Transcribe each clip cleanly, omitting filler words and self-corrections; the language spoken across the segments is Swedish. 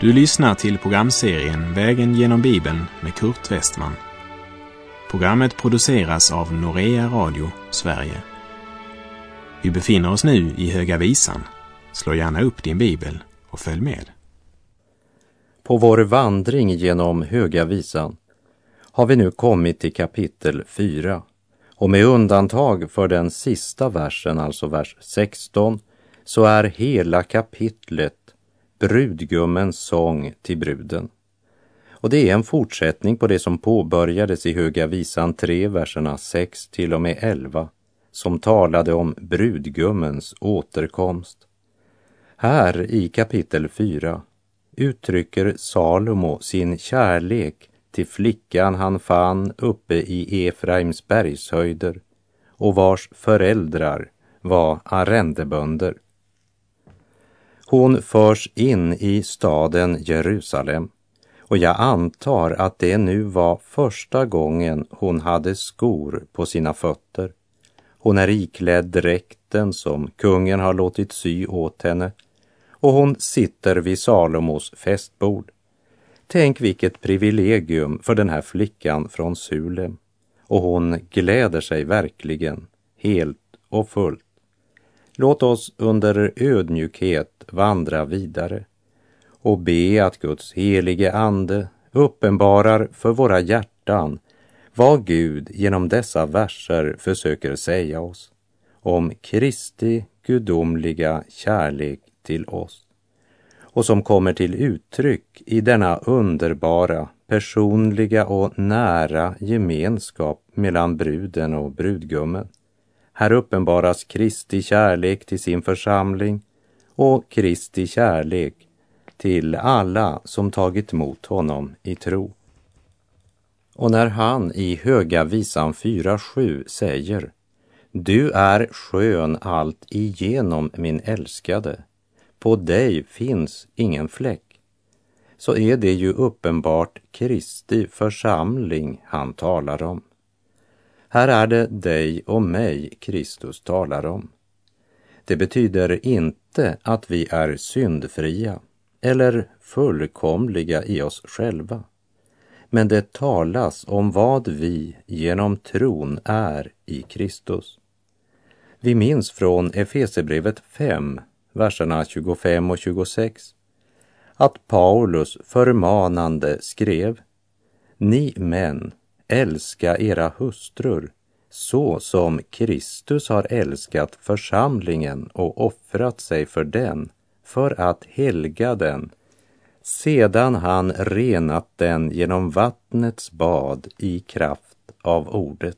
Du lyssnar till programserien Vägen genom Bibeln med Kurt Westman. Programmet produceras av Norea Radio, Sverige. Vi befinner oss nu i Höga Visan. Slå gärna upp din bibel och följ med. På vår vandring genom Höga Visan har vi nu kommit till kapitel 4. Och med undantag för den sista versen, alltså vers 16, så är hela kapitlet brudgummens sång till bruden. Och det är en fortsättning på det som påbörjades i Höga Visan 3, verserna 6 till och med 11, som talade om brudgummens återkomst. Här i kapitel 4 uttrycker Salomo sin kärlek till flickan han fann uppe i Efraims bergshöjder och vars föräldrar var arrendebönder. Hon förs in i staden Jerusalem och jag antar att det nu var första gången hon hade skor på sina fötter. Hon är iklädd dräkten som kungen har låtit sy åt henne och hon sitter vid Salomos festbord. Tänk vilket privilegium för den här flickan från Sulem, och hon gläder sig verkligen helt och fullt. Låt oss under ödmjukhet vandra vidare och be att Guds helige ande uppenbarar för våra hjärtan vad Gud genom dessa verser försöker säga oss om Kristi gudomliga kärlek till oss, och som kommer till uttryck i denna underbara, personliga och nära gemenskap mellan bruden och brudgummen. Här uppenbaras Kristi kärlek till sin församling och Kristi kärlek till alla som tagit emot honom i tro. Och när han i Höga Visan 4:7 säger: Du är skön allt igenom, min älskade, på dig finns ingen fläck, så är det ju uppenbart Kristi församling han talar om. Här är det dig och mig Kristus talar om. Det betyder inte att vi är syndfria eller fullkomliga i oss själva, men det talas om vad vi genom tron är i Kristus. Vi minns från Efesierbrevet 5, verserna 25 och 26, att Paulus förmanande skrev: Ni män, älska era hustrur så som Kristus har älskat församlingen och offrat sig för den, för att helga den, sedan han renat den genom vattnets bad i kraft av ordet.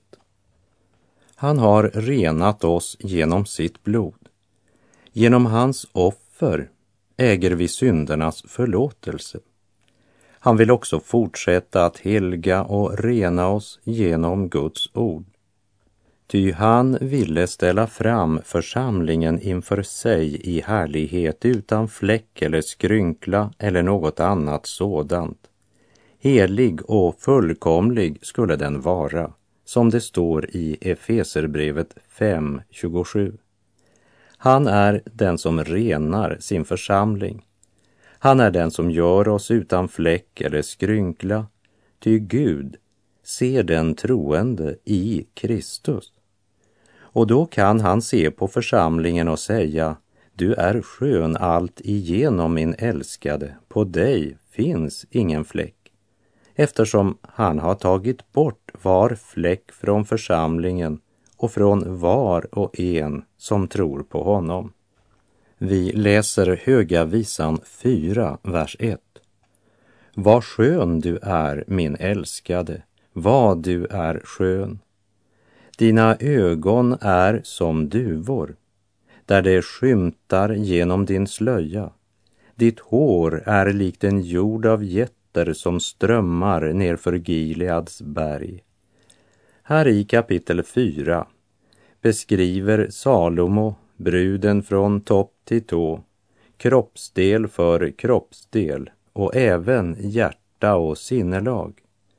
Han har renat oss genom sitt blod. Genom hans offer äger vi syndernas förlåtelse. Han vill också fortsätta att helga och rena oss genom Guds ord. Ty han ville ställa fram församlingen inför sig i härlighet utan fläck eller skrynkla eller något annat sådant. Helig och fullkomlig skulle den vara, som det står i Efeserbrevet 5:27. Han är den som renar sin församling. Han är den som gör oss utan fläck eller skrynkla, ty Gud ser den troende i Kristus. Och då kan han se på församlingen och säga: Du är skön allt igenom, min älskade, på dig finns ingen fläck, eftersom han har tagit bort var fläck från församlingen och från var och en som tror på honom. Vi läser Höga Visan 4, vers 1. Vad skön du är, min älskade, vad du är skön. Dina ögon är som duvor, där det skymtar genom din slöja. Ditt hår är likt en jord av getter som strömmar nerför Gileads berg. Här i kapitel 4 beskriver Salomo bruden från topp till tå, kroppsdel för kroppsdel och även hjärta och sinnelag.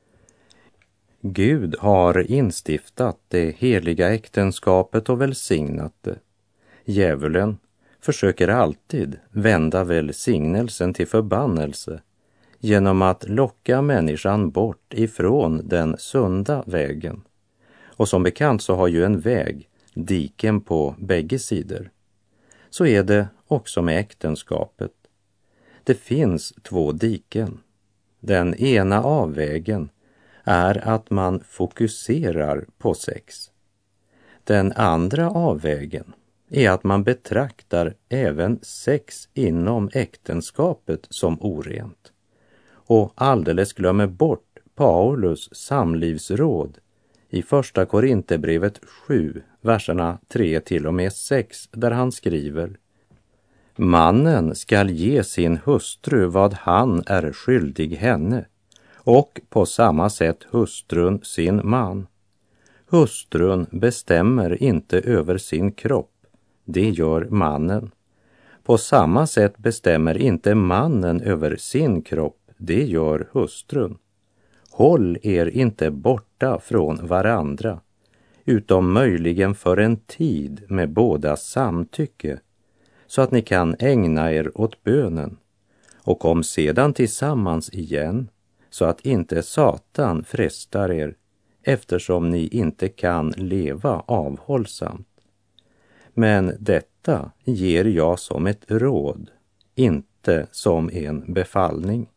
Gud har instiftat det heliga äktenskapet och välsignat det. Djävulen försöker alltid vända välsignelsen till förbannelse genom att locka människan bort ifrån den sunda vägen. Och som bekant så har ju en väg diken på bägge sidor. Så är det också med äktenskapet. Det finns två diken. Den ena avvägen är att man fokuserar på sex. Den andra avvägen är att man betraktar även sex inom äktenskapet som orent och alldeles glömmer bort Paulus samlivsråd i första Korinthierbrevet 7, verserna 3-6, där han skriver: Mannen skall ge sin hustru vad han är skyldig henne, och på samma sätt hustrun sin man. Hustrun bestämmer inte över sin kropp, det gör mannen. På samma sätt bestämmer inte mannen över sin kropp, det gör hustrun. Håll er inte borta från varandra, utom möjligen för en tid med båda samtycke, så att ni kan ägna er åt bönen, och kom sedan tillsammans igen, så att inte Satan frestar er, eftersom ni inte kan leva avhållsamt. Men detta ger jag som ett råd, inte som en befallning.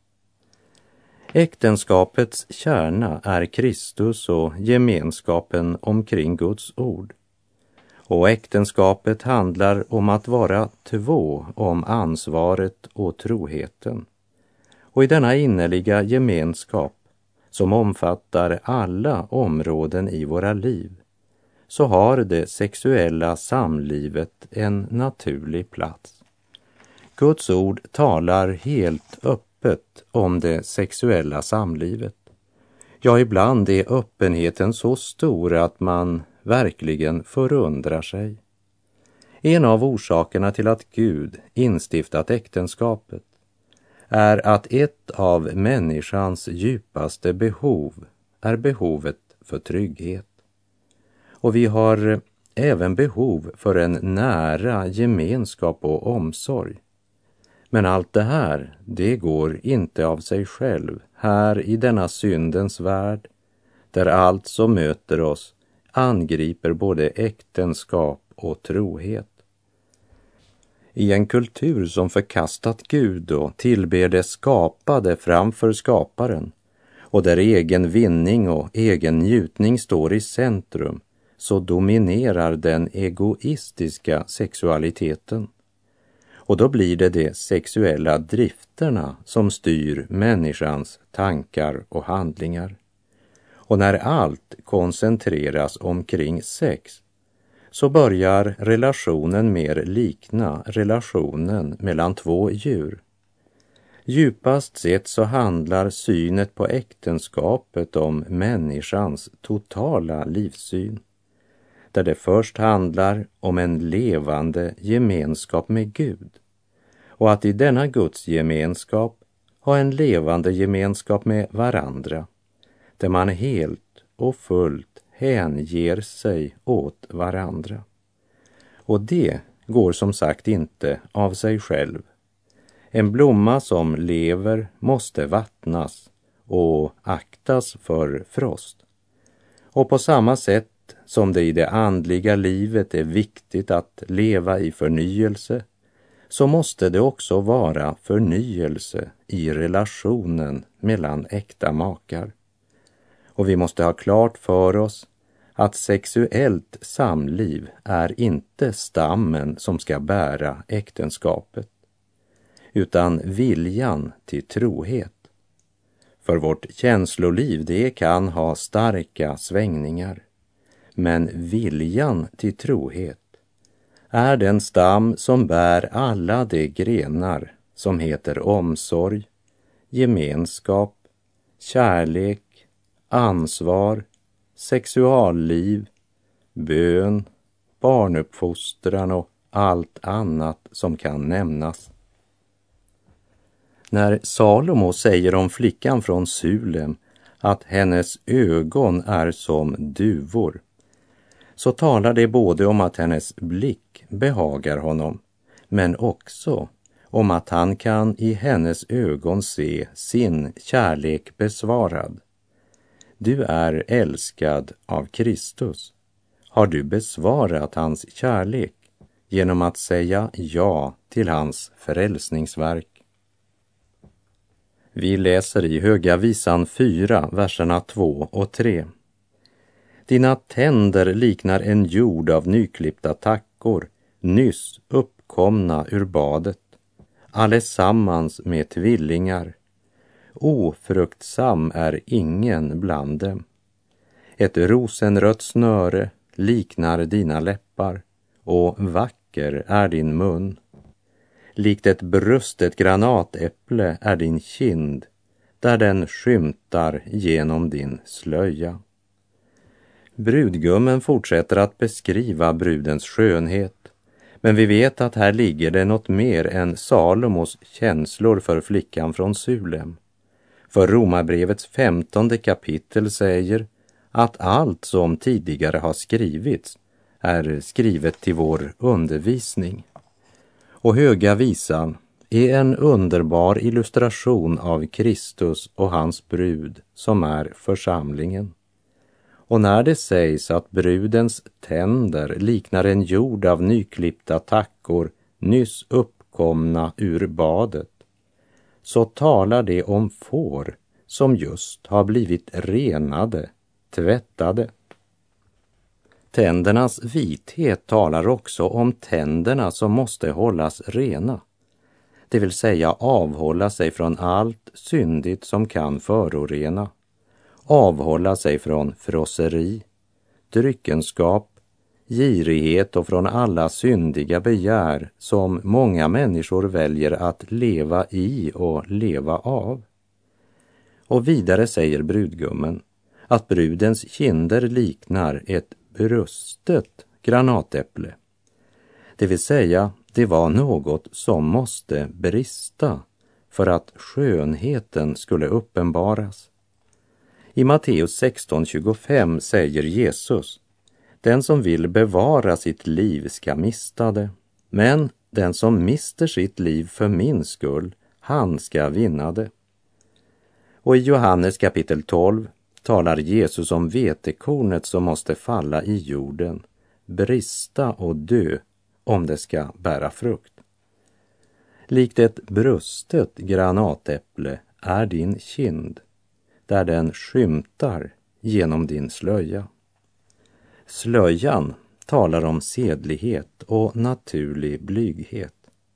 Äktenskapets kärna är Kristus och gemenskapen omkring Guds ord. Och äktenskapet handlar om att vara två om ansvaret och troheten. Och i denna innerliga gemenskap, som omfattar alla områden i våra liv, så har det sexuella samlivet en naturlig plats. Guds ord talar helt öppet om det sexuella samlivet. Ja, ibland är öppenheten så stor att man verkligen förundrar sig. En av orsakerna till att Gud instiftat äktenskapet är att ett av människans djupaste behov är behovet för trygghet. Och vi har även behov för en nära gemenskap och omsorg. Men allt det här, det går inte av sig själv här i denna syndens värld, där allt som möter oss angriper både äktenskap och trohet. I en kultur som förkastat Gud och tillber det skapade framför skaparen, och där egen vinning och egen njutning står i centrum, så dominerar den egoistiska sexualiteten. Och då blir det de sexuella drifterna som styr människans tankar och handlingar. Och när allt koncentreras omkring sex, så börjar relationen mer likna relationen mellan två djur. Djupast sett så handlar synet på äktenskapet om människans totala livssyn, där det först handlar om en levande gemenskap med Gud, och att i denna Guds gemenskap ha en levande gemenskap med varandra, där man helt och fullt hänger sig åt varandra. Och det går som sagt inte av sig själv. En blomma som lever måste vattnas och aktas för frost. Och på samma sätt som det i det andliga livet är viktigt att leva i förnyelse, så måste det också vara förnyelse i relationen mellan äkta makar. Och vi måste ha klart för oss att sexuellt samliv är inte stammen som ska bära äktenskapet, utan viljan till trohet. För vårt känsloliv, det kan ha starka svängningar, men viljan till trohet är den stam som bär alla de grenar som heter omsorg, gemenskap, kärlek, ansvar, sexualliv, bön, barnuppfostran och allt annat som kan nämnas. När Salomo säger om flickan från Sulem att hennes ögon är som duvor, så talar det både om att hennes blick behagar honom, men också om att han kan i hennes ögon se sin kärlek besvarad. Du är älskad av Kristus. Har du besvarat hans kärlek genom att säga ja till hans frälsningsverk? Vi läser i Höga visan 4, verserna 2 och 3. Dina tänder liknar en jord av nyklippta tackor, nyss uppkomna ur badet, allesammans med tvillingar. Ofruktsam är ingen bland dem. Ett rosenrött snöre liknar dina läppar, och vacker är din mun. Likt ett brustet granatäpple är din kind, där den skymtar genom din slöja. Brudgummen fortsätter att beskriva brudens skönhet, men vi vet att här ligger det något mer än Salomos känslor för flickan från Sulem. För Romarbrevets 15:e kapitel säger att allt som tidigare har skrivits är skrivet till vår undervisning. Och Höga visan är en underbar illustration av Kristus och hans brud som är församlingen. Och när det sägs att brudens tänder liknar en jord av nyklippta tackor, nyss uppkomna ur badet, så talar det om får som just har blivit renade, tvättade. Tändernas vithet talar också om tänderna som måste hållas rena, det vill säga avhålla sig från allt syndigt som kan förorena, avhålla sig från frosseri, dryckenskap, girighet och från alla syndiga begär som många människor väljer att leva i och leva av. Och vidare säger brudgummen att brudens kinder liknar ett brustet granatäpple. Det vill säga, det var något som måste brista för att skönheten skulle uppenbaras. I Matteus 16:25 säger Jesus: den som vill bevara sitt liv ska mista det, men den som mister sitt liv för min skull, han ska vinna det. Och i Johannes kapitel 12 talar Jesus om vetekornet som måste falla i jorden, brista och dö om det ska bära frukt. Likt ett brustet granatäpple är din kind, där den skymtar genom din slöja. Slöjan talar om sedlighet och naturlig blyghet.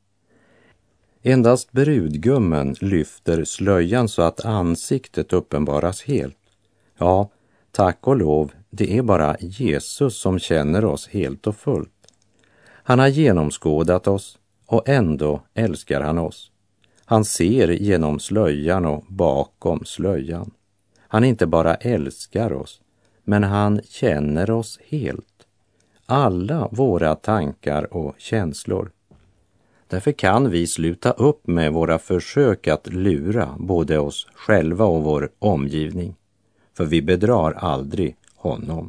Endast brudgummen lyfter slöjan så att ansiktet uppenbaras helt. Ja, tack och lov, det är bara Jesus som känner oss helt och fullt. Han har genomskådat oss och ändå älskar han oss. Han ser genom slöjan och bakom slöjan. Han inte bara älskar oss, men han känner oss helt. Alla våra tankar och känslor. Därför kan vi sluta upp med våra försök att lura både oss själva och vår omgivning. För vi bedrar aldrig honom.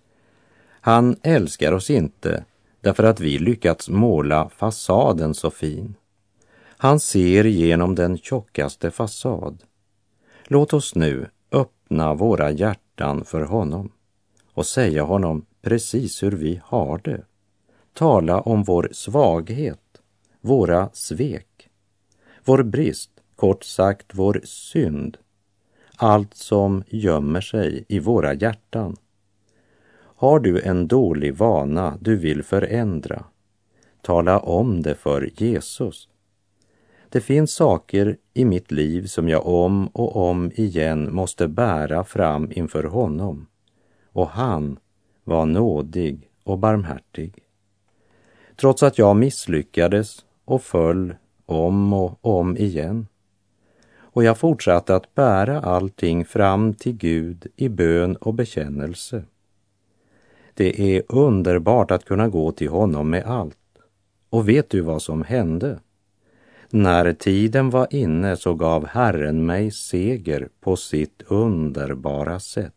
Han älskar oss inte därför att vi lyckats måla fasaden så fin. Han ser genom den tjockaste fasad. Låt oss nu öppna våra hjärtan för honom och säga honom precis hur vi har det. Tala om vår svaghet, våra svek, vår brist, kort sagt vår synd. Allt som gömmer sig i våra hjärtan. Har du en dålig vana du vill förändra? Tala om det för Jesus. Det finns saker i mitt liv som jag om och om igen måste bära fram inför honom. Och han var nådig och barmhärtig. Trots att jag misslyckades och föll om och om igen. Och jag fortsatte att bära allting fram till Gud i bön och bekännelse. Det är underbart att kunna gå till honom med allt. Och vet du vad som hände? När tiden var inne så gav Herren mig seger på sitt underbara sätt.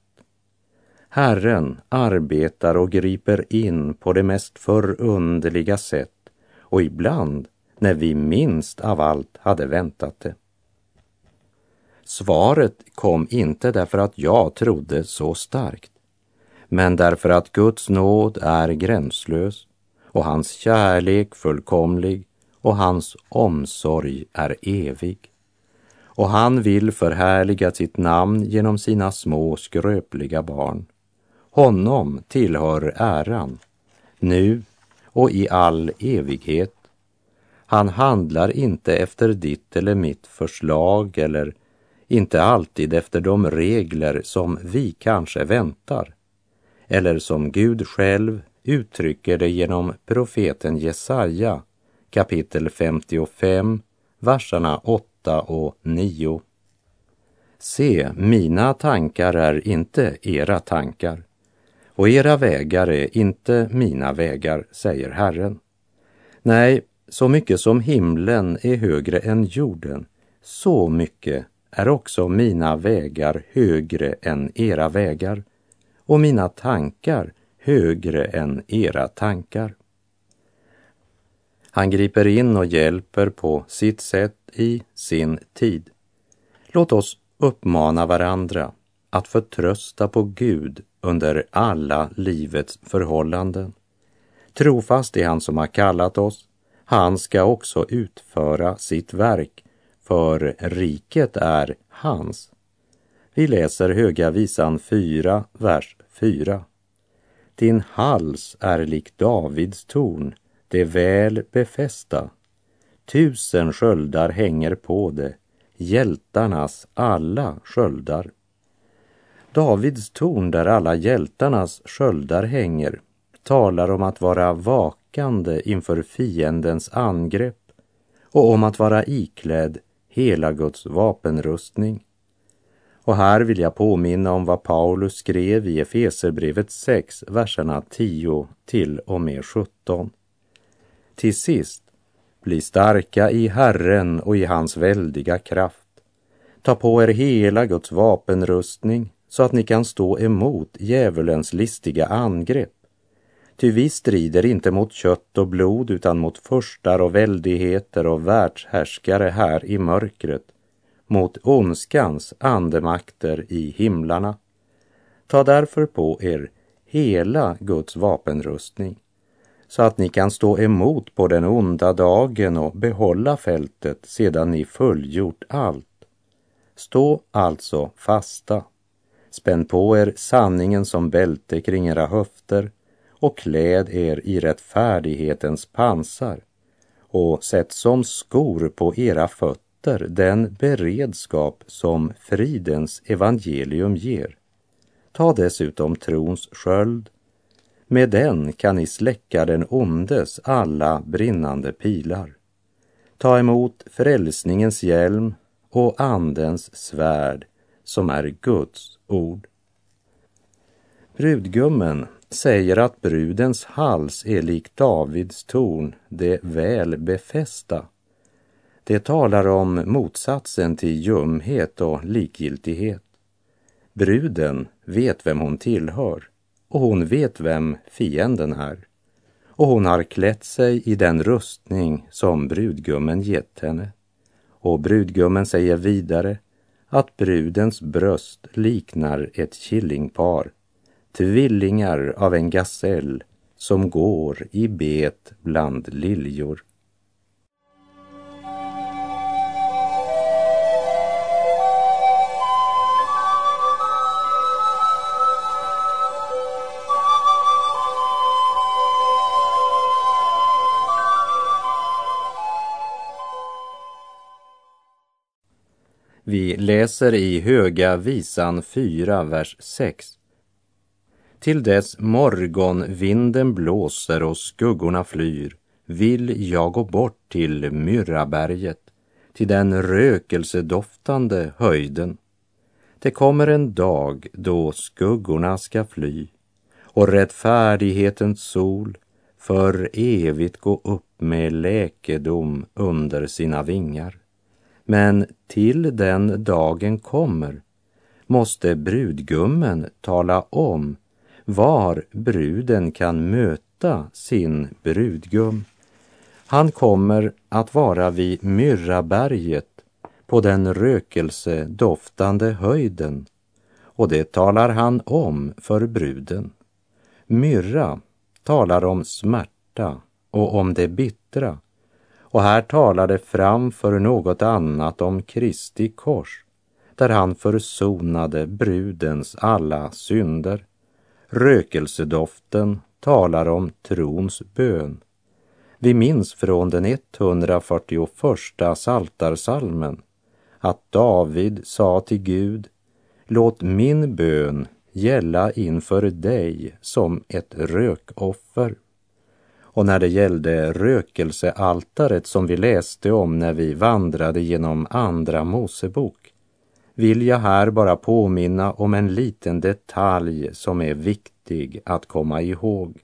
Herren arbetar och griper in på det mest förunderliga sätt och ibland när vi minst av allt hade väntat det. Svaret kom inte därför att jag trodde så starkt, men därför att Guds nåd är gränslös och hans kärlek fullkomlig och hans omsorg är evig. Och han vill förhärliga sitt namn genom sina små skröpliga barn. Honom tillhör äran, nu och i all evighet. Han handlar inte efter ditt eller mitt förslag eller inte alltid efter de regler som vi kanske väntar, eller som Gud själv uttrycker det genom profeten Jesaja, kapitel 55, verserna 8 och 9. Se, mina tankar är inte era tankar, och era vägar är inte mina vägar, säger Herren. Nej, så mycket som himlen är högre än jorden, så mycket är också mina vägar högre än era vägar, och mina tankar högre än era tankar. Han griper in och hjälper på sitt sätt i sin tid. Låt oss uppmana varandra att förtrösta på Gud under alla livets förhållanden. Trofast är han som har kallat oss. Han ska också utföra sitt verk, för riket är hans. Vi läser Höga visan 4, vers 4. Din hals är lik Davids torn, det väl befästa. 1000 sköldar hänger på det, hjältarnas alla sköldar. Davids torn, där alla hjältarnas sköldar hänger, talar om att vara vakande inför fiendens angrepp och om att vara iklädd hela Guds vapenrustning. Och här vill jag påminna om vad Paulus skrev i Efeserbrevet 6, verserna 10 till och med 17. Till sist, bli starka i Herren och i hans väldiga kraft. Ta på er hela Guds vapenrustning så att ni kan stå emot djävulens listiga angrepp. Ty vi strider inte mot kött och blod utan mot furstar och väldigheter och världshärskare här i mörkret, mot ondskans andemakter i himlarna. Ta därför på er hela Guds vapenrustning, så att ni kan stå emot på den onda dagen och behålla fältet sedan ni fullgjort allt. Stå alltså fasta, spänn på er sanningen som bälte kring era höfter och kläd er i rättfärdighetens pansar och sätt som skor på era fötter den beredskap som fridens evangelium ger. Ta dessutom trons sköld. Med den kan ni släcka den ondes alla brinnande pilar. Ta emot frälsningens hjälm och andens svärd som är Guds ord. Brudgummen säger att brudens hals är lik Davids torn, det väl befästa. Det talar om motsatsen till ljumhet och likgiltighet. Bruden vet vem hon tillhör och hon vet vem fienden är. Och hon har klätt sig i den rustning som brudgummen gett henne. Och brudgummen säger vidare att brudens bröst liknar ett killingpar, tvillingar av en gasell som går i bet bland liljor. Vi läser i Höga visan 4, vers 6. Till dess morgonvinden blåser och skuggorna flyr, vill jag gå bort till Myrraberget, till den rökelsedoftande höjden. Det kommer en dag då skuggorna ska fly och rättfärdighetens sol för evigt gå upp med läkedom under sina vingar. Men till den dagen kommer måste brudgummen tala om var bruden kan möta sin brudgum. Han kommer att vara vid Myrraberget på den rökelsedoftande höjden, och det talar han om för bruden. Myrra talar om smärta och om det bittra, och här talar det framför något annat om Kristi kors, där han försonade brudens alla synder. Rökelsedoften talar om trons bön. Vi minns från den 141:a psaltarpsalmen att David sa till Gud: låt min bön gälla inför dig som ett rökoffer. Och när det gällde rökelsealtaret som vi läste om när vi vandrade genom Andra Mosebok, vill jag här bara påminna om en liten detalj som är viktig att komma ihåg.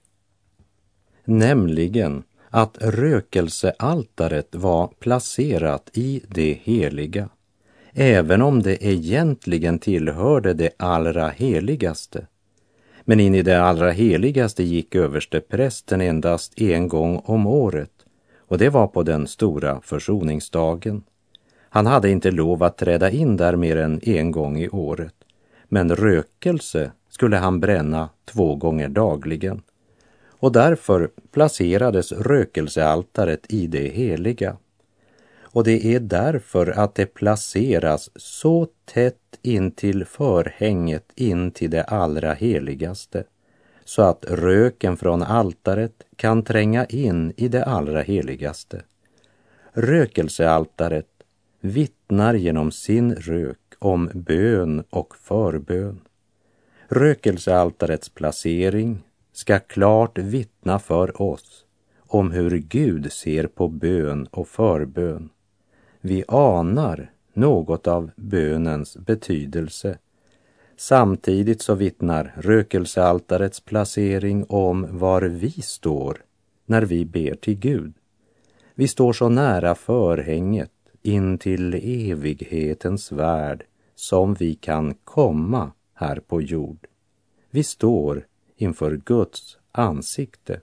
Nämligen att rökelsealtaret var placerat i det heliga, även om det egentligen tillhörde det allra heligaste. Men in i det allra heligaste gick översteprästen endast en gång om året, och det var på den stora försoningsdagen. Han hade inte lov att träda in där mer än en gång i året, men rökelse skulle han bränna 2 gånger dagligen. Och därför placerades rökelsealtaret i det heliga. Och det är därför att det placeras så tätt in till förhänget in till det allra heligaste, så att röken från altaret kan tränga in i det allra heligaste. Rökelsealtaret vittnar genom sin rök om bön och förbön. Rökelsealtarets placering ska klart vittna för oss om hur Gud ser på bön och förbön. Vi anar något av bönens betydelse. Samtidigt så vittnar rökelsealtarets placering om var vi står när vi ber till Gud. Vi står så nära förhänget in till evighetens värld som vi kan komma här på jord. Vi står inför Guds ansikte.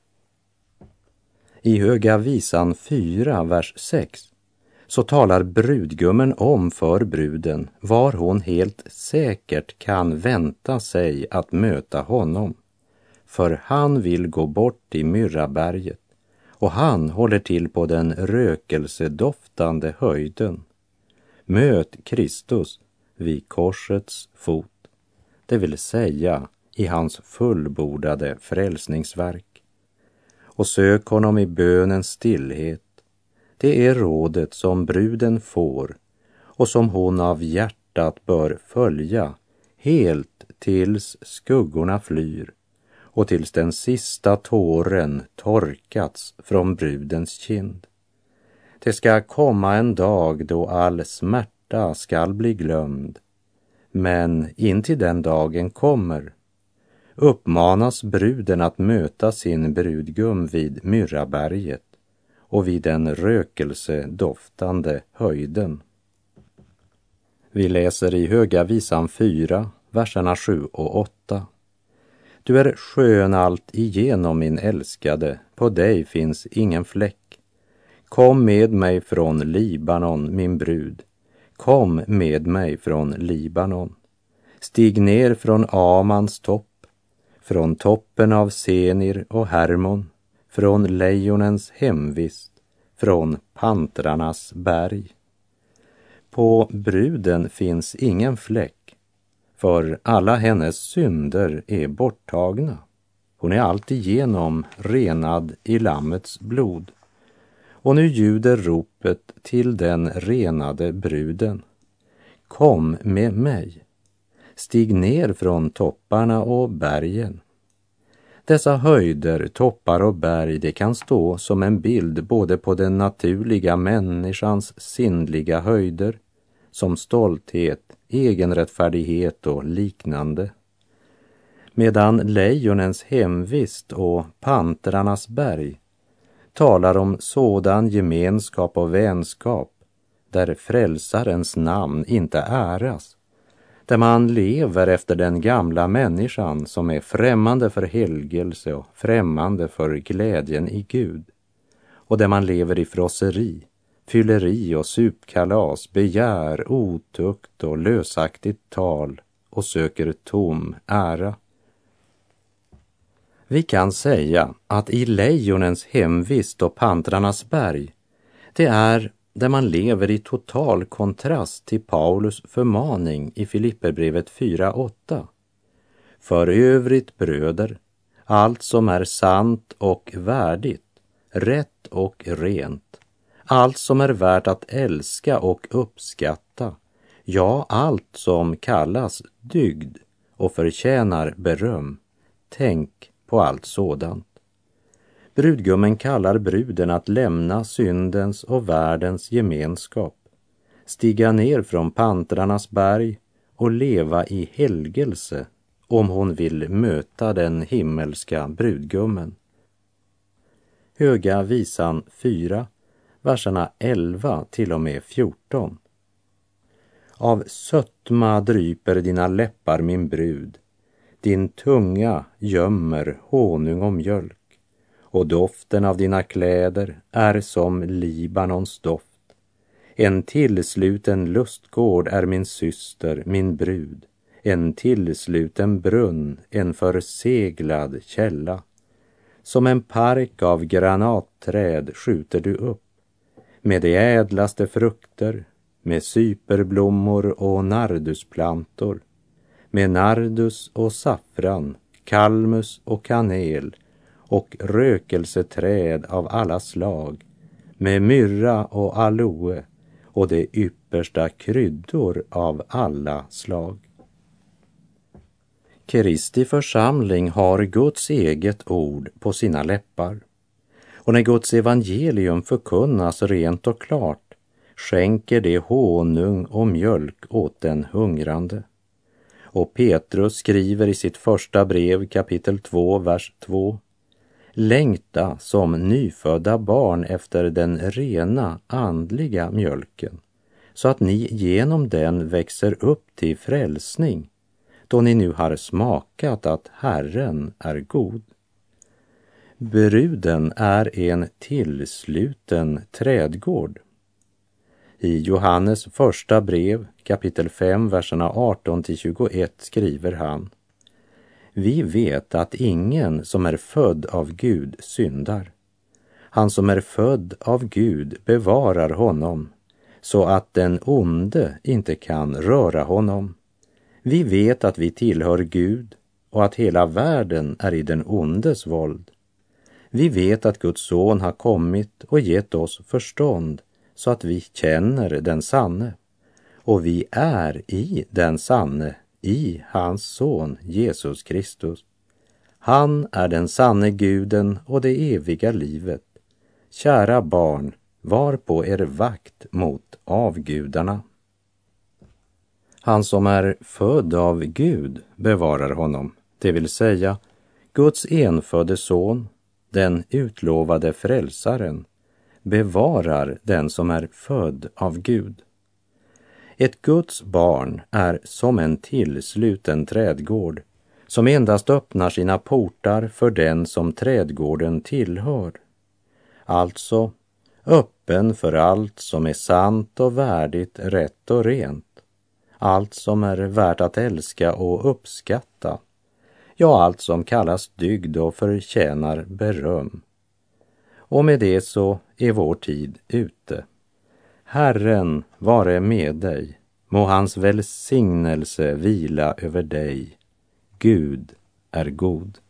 I Höga visan 4, vers 6, så talar brudgummen om för bruden var hon helt säkert kan vänta sig att möta honom. För han vill gå bort till Myrraberget, och han håller till på den rökelsedoftande höjden. Möt Kristus vid korsets fot, det vill säga i hans fullbordade frälsningsverk. Och sök honom i bönens stillhet. Det är rådet som bruden får och som hon av hjärtat bör följa helt tills skuggorna flyr och tills den sista tåren torkats från brudens kind. Det ska komma en dag då all smärta skall bli glömd, men intill den dagen kommer uppmanas bruden att möta sin brudgum vid Myrraberget och vid den rökelsedoftande höjden. Vi läser i Höga visan 4, verserna 7 och 8. Du är skön allt igenom, min älskade, på dig finns ingen fläck. Kom med mig från Libanon, min brud. Kom med mig från Libanon. Stig ner från Amans topp, från toppen av Senir och Hermon, från lejonens hemvist, från pantrarnas berg. På bruden finns ingen fläck, för alla hennes synder är borttagna. Hon är alltigenom renad i Lammets blod. Och nu ljuder ropet till den renade bruden. Kom med mig. Stig ner från topparna och bergen. Dessa höjder, toppar och berg, det kan stå som en bild både på den naturliga människans sinnliga höjder, som stolthet, egenrättfärdighet och liknande. Medan lejonens hemvist och pantrarnas berg talar om sådan gemenskap och vänskap där frälsarens namn inte äras, där man lever efter den gamla människan som är främmande för helgelse och främmande för glädjen i Gud. och där man lever i frosseri, fylleri och supkalas, begär, otukt och lösaktigt tal och söker tom ära. Vi kan säga att i lejonens hemvist och pantrarnas berg, det är där man lever i total kontrast till Paulus förmaning i Filipperbrevet 4:8. För övrigt, bröder, allt som är sant och värdigt, rätt och rent, allt som är värt att älska och uppskatta, ja, allt som kallas dygd och förtjänar beröm, tänk på allt sådant. Brudgummen kallar bruden att lämna syndens och världens gemenskap, stiga ner från pantrarnas berg och leva i helgelse om hon vill möta den himmelska brudgummen. Höga visan 4, verserna 11 till och med 14. Av sötma dryper dina läppar, min brud, din tunga gömmer honung och mjölk, och doften av dina kläder är som Libanons doft. En tillsluten lustgård är min syster, min brud, en tillsluten brunn, en förseglad källa. Som en park av granatträd skjuter du upp, med de ädlaste frukter, med syperblommor och nardusplantor, med nardus och saffran, kalmus och kanel och rökelseträd av alla slag, med myrra och aloe och de yppersta kryddor av alla slag. Kristi församling har Guds eget ord på sina läppar. Och när Guds evangelium förkunnas rent och klart, skänker det honung och mjölk åt den hungrande. Och Petrus skriver i sitt första brev, kapitel 2, vers 2: längta som nyfödda barn efter den rena andliga mjölken, så att ni genom den växer upp till frälsning, då ni nu har smakat att Herren är god. Bruden är en tillsluten trädgård. I Johannes första brev, kapitel 5, verserna 18-21 skriver han: vi vet att ingen som är född av Gud syndar. Han som är född av Gud bevarar honom, så att den onde inte kan röra honom. Vi vet att vi tillhör Gud och att hela världen är i den ondes våld. Vi vet att Guds son har kommit och gett oss förstånd så att vi känner den sanne. Och vi är i den sanne, i hans son Jesus Kristus. Han är den sanne guden och det eviga livet. Kära barn, var på er vakt mot avgudarna. Han som är född av Gud bevarar honom, det vill säga Guds enfödde son, den utlovade frälsaren, bevarar den som är född av Gud. Ett Guds barn är som en tillsluten trädgård som endast öppnar sina portar för den som trädgården tillhör. Alltså öppen för allt som är sant och värdigt, rätt och rent. Allt som är värt att älska och uppskatta. Ja, allt som kallas dygd och förtjänar beröm. Och med det så är vår tid ute. Herren vare med dig, må hans välsignelse vila över dig. Gud är god.